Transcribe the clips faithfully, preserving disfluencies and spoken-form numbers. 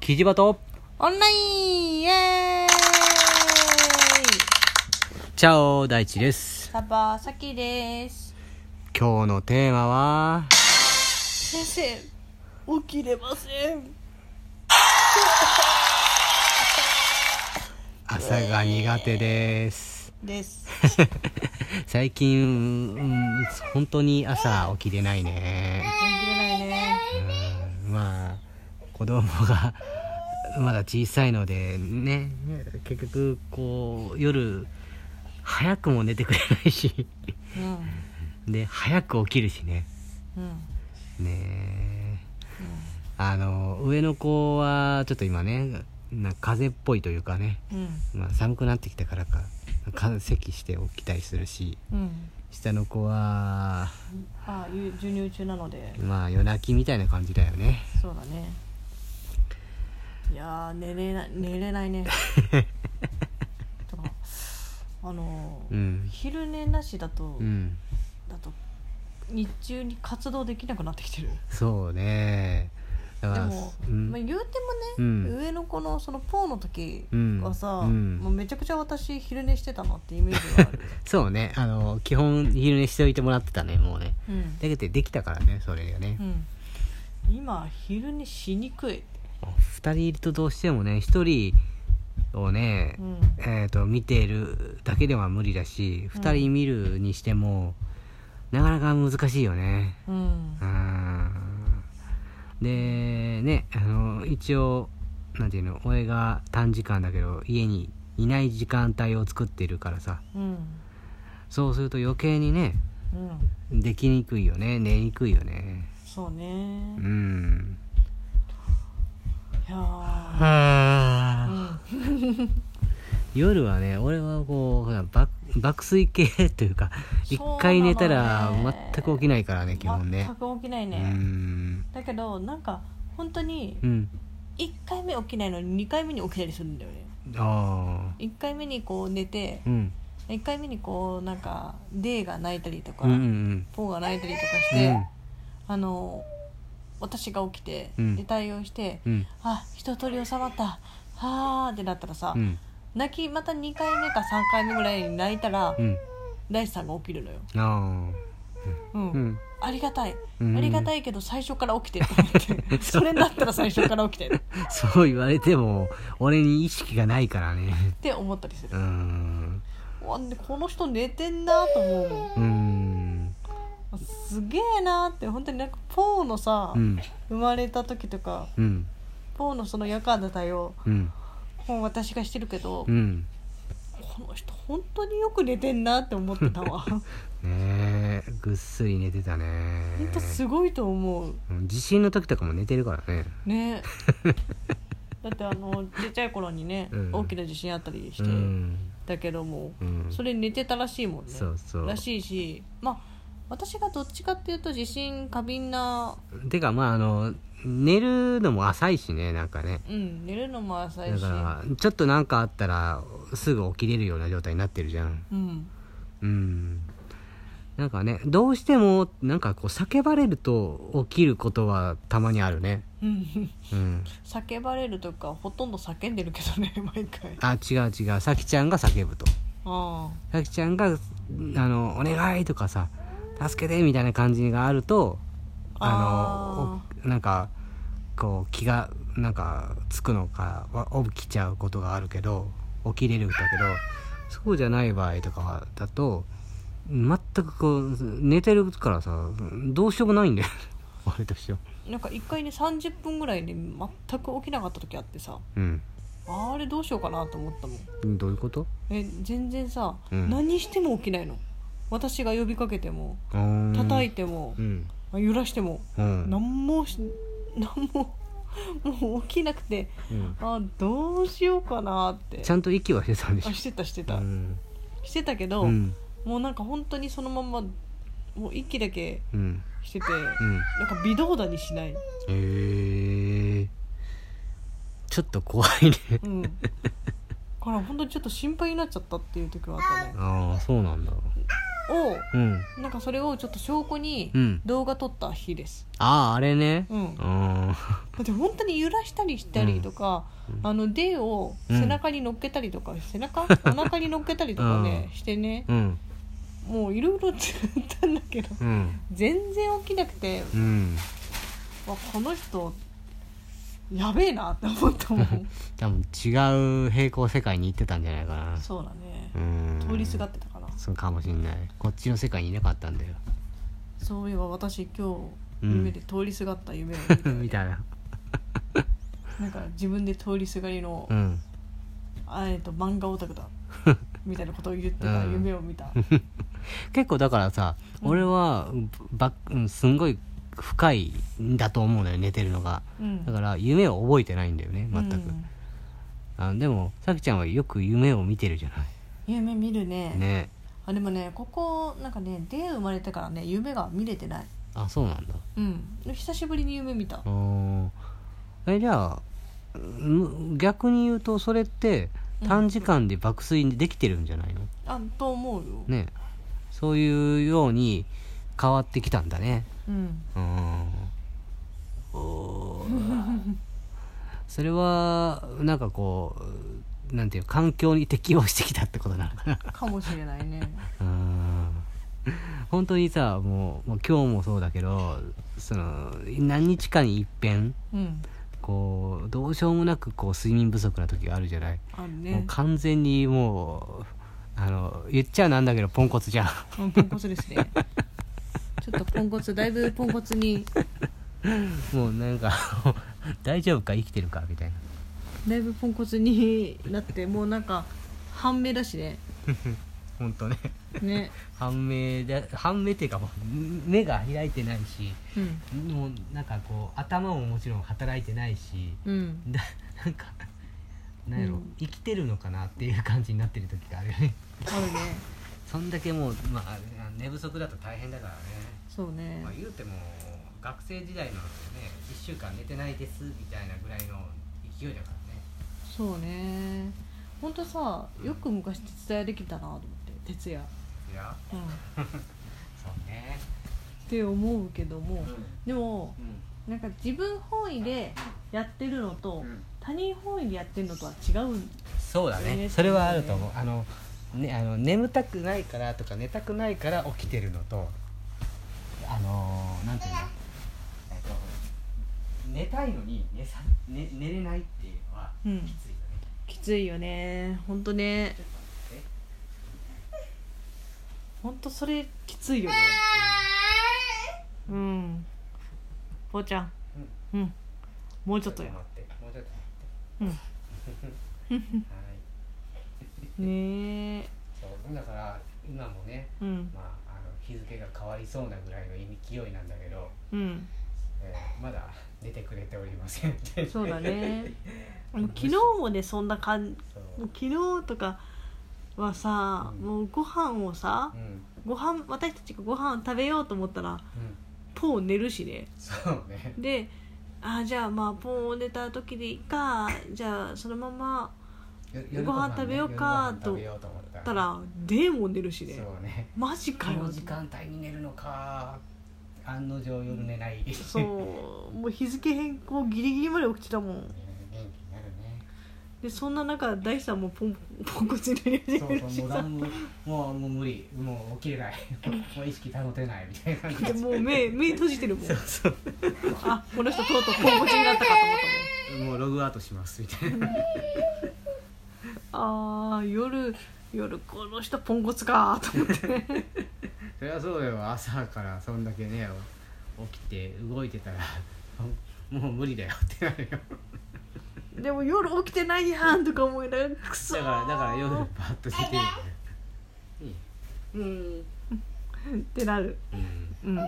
キジバトオンラインイエーイ。 チャオ大地です。 サバサキです。 今日のテーマは先生起きれません。 朝が苦手ですです最近、うん、本当に朝起きれないね。 起きれないね。 うんまあ子供がまだ小さいのでね、結局こう夜早くも寝てくれないし、うん、で早く起きるしね、うん、ねえ、うん、あの上の子はちょっと今ねな風邪っぽいというかね、うんまあ、寒くなってきたからか咳して起きたりするし、うん、下の子はあ授乳中なのでまあ夜泣きみたいな感じだよね。 そうだね。いや寝れない寝れないねとかあの、うん、昼寝なしだと、うん、だと日中に活動できなくなってきてる。 そうね。だからでも、うんまあ、言うてもね、うん、上の子のそのポーの時はさ、うん、もうめちゃくちゃ私昼寝してたなってイメージがあるそうね、あの基本昼寝しておいてもらってたね。もうね、うん、だけどできたからねそれがね、うん、 今昼寝しにくい。 ふたりいるとどうしてもねひとりをね、うんえー、と見ているだけでは無理だし、ふたり見るにしてもなかなか難しいよね、うん、うんでね、あの一応なんていうの、俺が短時間だけど家にいない時間帯を作ってるからさ、うん、そうすると余計にね、うん、できにくいよね、寝にくいよね。 そうね。 うんいやは、うん、 夜はね俺はこう爆爆睡系というか一回寝たら全く起きないからね基本ね。 全く起きないね。うんだけどなんか本当にいっかいめ起きないのににかいめに起きたりするんだよね。あいっかいめにこう寝て、うん、いっかいめにこうなんかデーが泣いたりとか、うんうん、ポーが泣いたりとかして、うん、あの私が起きて、うん、で対応して、うん、あ一通り収まったはーってなったらさ、うん、泣きまたにかいめかさんかいめぐらいに泣いたら、うん、大地さんが起きるのよ。あ、うんうん、ありがたい、うん、ありがたいけど最初から起きてと思ってそれだったら最初から起きてそう言われても俺に意識がないからねって思ったりする。うんこの人寝てんなと思うもん。うんすげえなって。本当になんかポーのさ、うん、生まれた時とか、うん、ポーのその夜間の対応、うん、もう私がしてるけど、うん、この人本当によく寝てんなって思ってたわねえぐっすり寝てたね。 本当すごいと思う。 地震の時とかも寝てるからね。ねだってあのちっちゃい頃にね、うん、大きな地震あったりして、うん、だけども、うん、それ寝てたらしいもんね。そうそうらしいし、まあ私がどっちかっていうと地震過敏なてかまああの寝るのも浅いしね、なんかね。 うん寝るのも浅いし、 だからちょっとなんかあったらすぐ起きれるような状態になってるじゃん。うんうんなんかねどうしてもなんかこう叫ばれると起きることはたまにあるね。うん、 うん、叫ばれるとかほとんど叫んでるけどね毎回。 あ違う違う、さきちゃんが叫ぶと。あさきちゃんがあのお願いとかさ助けてみたいな感じがあるとあのなんかこう気がなんかつくのか起きちゃうことがあるけど起きれるんだけど、そうじゃない場合とかだと全くこう寝てるからさどうしようもないんだよ俺としては。 なんか一回ねさんじゅっぷんぐらいで全く起きなかった時あってさ、うん、あれどうしようかなと思ったもん。どういうこと？ え全然さ、うん、何しても起きないの。私が呼びかけても叩いても、うん、揺らしても、うん、何も何ももう起きなくて、うん、あどうしようかなって。 ちゃんと息はしてたんでしょ？ あしてたしてた、うん、してたけど、うん、もうなんか本当にそのままもう息だけしてて、うん、なんか微動だにしない。へえちょっと怖いね、うん、 から本当にちょっと心配になっちゃったっていう時はあったね。 ああそうなんだ。 を、うん、なんかそれをちょっと証拠に動画撮った日です、 うん、あああれね、 うん、だって本当に揺らしたりしたりとか、うん、あのデーを背中に乗っけたりとか、うん、背中お腹に乗っけたりとかね、うん、してね、うん、もういろいろやったんだけど、うん、全然起きなくて、うん、わこの人やべえなって思ったもん多分違う平行世界に行ってたんじゃないかな。 そうだね、うん通りすがってたかな。 そうかもしんない。こっちの世界にいなかったんだよ。 そういえば私今日夢で通りすがった夢を見た、 うん、みたいななんか自分で通りすがりの、うん、あえっと漫画オタクだみたいなことを言ってた夢を見た、うん、 結構だからさ、うん、俺はばすんごい深いんだと思うのよ寝てるのが、うん、だから夢を覚えてないんだよね全く、うん、あでもさきちゃんはよく夢を見てるじゃない。 夢見るね。ねあでもねここなんかね出生まれてからね夢が見れてない。 あそうなんだ。 うん久しぶりに夢見た。 えじゃあ逆に言うとそれって短時間で爆睡できてるんじゃないの、うん、 あと思うよね。そういうように変わってきたんだね。うんうんおそれはなんかこうなんていう環境に適応してきたってことなのかなかもしれないね。 うん本当にさもう、もう今日もそうだけどその何日かに一遍、うん、こうどうしようもなくこう睡眠不足な時があるじゃない。あるね。もう完全にもうあの言っちゃなんだけどポンコツじゃん。 ポンコツですねちょっとポンコツだいぶポンコツにもうなんか大丈夫か生きてるかみたいなだいぶポンコツになってもうなんか半目だしねほんとねね半目で半目っていうかもう目が開いてないし、うん、もうなんかこう頭ももちろん働いてないし、うん、だなんかなんやろ、うん、生きてるのかなっていう感じになってる時があるよね。 あるね。 そんだけもう、まあ、寝不足だと大変だからね。 そうね、 まあ、言うても学生時代のねいっしゅうかん寝てないですみたいなぐらいの勢いだからね。 そうねほんとさよく昔徹夜できたなと思って。徹夜徹夜、うん、そうねって思うけども、うん、でも、うん、なんか自分本位でやってるのと、うん、他人本位でやってるのとは違う、 そうだねそれはあると思う。あのね、あの眠たくないからとか寝たくないから起きてるのとあのー、なんていうの、えっと、寝たいのに 寝, さ、寝, 寝れないっていうのはきついよね、うん、 きついよねほんとね。ほんとそれきついよね。うんぽーちゃん、うん、うん、もうちょっとやもうちょっと待ってうんはいねえそうだから今もね、うんまあ、あの日付が変わりそうなぐらいの勢いなんだけど、うんえー、まだ寝てくれておりませんそうだねもう昨日もねそんな感じ。昨日とかはさ、うん、もうご飯をさ、うん、ご飯私たちがご飯を食べようと思ったら、うん、ポー寝るしね。 そうねであじゃあまあポー寝た時でいいかじゃあそのままご飯食べようかと思ったらデーも寝るしね。 そうねマジかよこの時間帯に寝るのか案の定夜寝ないそうもう日付変更ギリギリまで起きてたもん。でそんな中大地さんもポンポンコツになり始めるしさもうもうもう無理もう起きれないもう意識保てないみたいな感じでもう目目閉じてるもんそうそうあこの人とうとうポンコツになったかと思ったもんもうログアウトしますみたいなあー夜夜この人ポンコツかと思ってそりゃそうよ朝からそんだけね起きて動いてたらもう無理だよってなるよでも夜起きてないやんとか思いながらクソだからだから夜バッと寝てるうんってなるうん、うん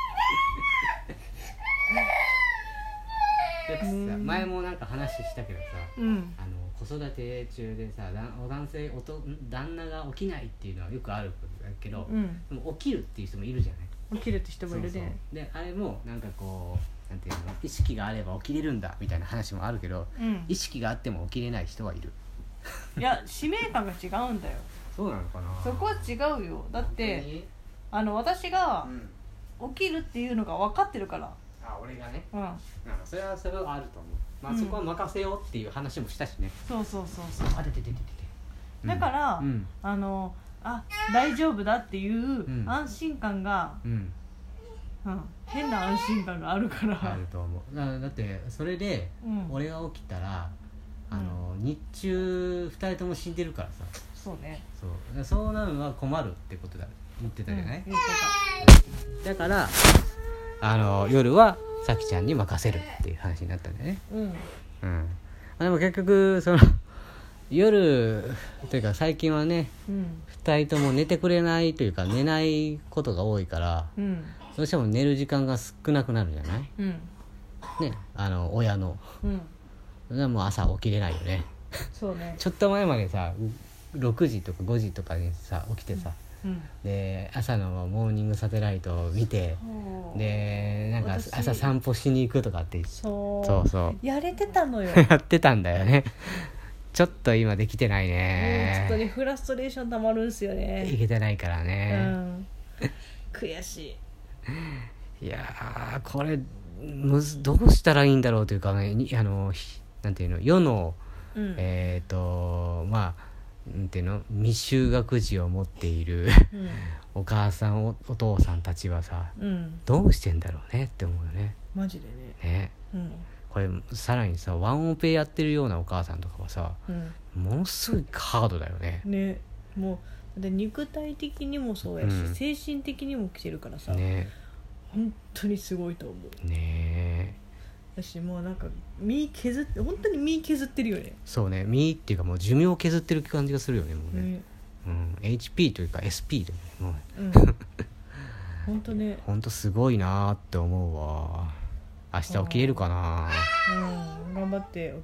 よくさ、前もなんか話したけどさ、うん、あの子育て中でさお男性おと旦那が起きないっていうのはよくあることだけど、うん、でも起きるっていう人もいるじゃない。 起きるって人もいるね。そうそうであれもなんかこうなんていうの意識があれば起きれるんだみたいな話もあるけど、うん、意識があっても起きれない人はいるいや使命感が違うんだよそうなのかな。 そこは違うよ。だってあの私が起きるっていうのが分かってるから。 あ、俺がね、 うん、 それはそれはあると思う。まあ、そこは任せようっていう話もしたしね、 うん、そうそうそうそう。 あ、出て出て出て、 だから、うん、あのあ大丈夫だっていう安心感が、うんうん、変な安心感があるから。 あると思う。 だ, だってそれで、うん、俺が起きたらあの、うん、日中ふたりとも死んでるからさ。 そうね。 そうそうなるのは困るってことだ言ってたじゃない、うん、言ってた。だからあの夜はさきちゃんに任せるっていう話になったんだよね。うん、うん、でも結局その夜というか最近はね、うん、ふたりとも寝てくれないというか寝ないことが多いから、うん、どうしても寝る時間が少なくなるじゃない、うん、ね、あの親の、うん、それはもう朝起きれないよね。 そうね。 ちょっと前までさろくじとかごじとかにさ起きてさ、うん、で朝のモーニングサテライトを見て、でなんか朝散歩しに行くとかってそうそうそうやれてたのよ。 やってたんだよね。ちょっと今できてないね。 ちょっとねフラストレーションたまるんすよね。 いけてないからね、うん、 悔しい。いやーこれむずどうしたらいいんだろうというかね、あのなんていうの世の、うん、えっ、ー、とまあなんていうの未就学児を持っている、うん、お母さん お, お父さんたちはさ、うん、どうしてんだろうねって思うよね。 マジでね。 ね、うん、これさらにさワンオペやってるようなお母さんとかはさ、うん、ものすごいハードだよね。 ね、もうで肉体的にもそうやし、うん、精神的にも来てるからさ、ね、本当にすごいと思うね。私もうなんか身削って本当に身削ってるよね。 そうね、身っていうかもう寿命を削ってる感じがするよねもうね、ね、うん、エイチピー というか エスピー でもね、もう、うん、本当ね本当すごいなって思うわ。明日起きれるかな。 うん、頑張って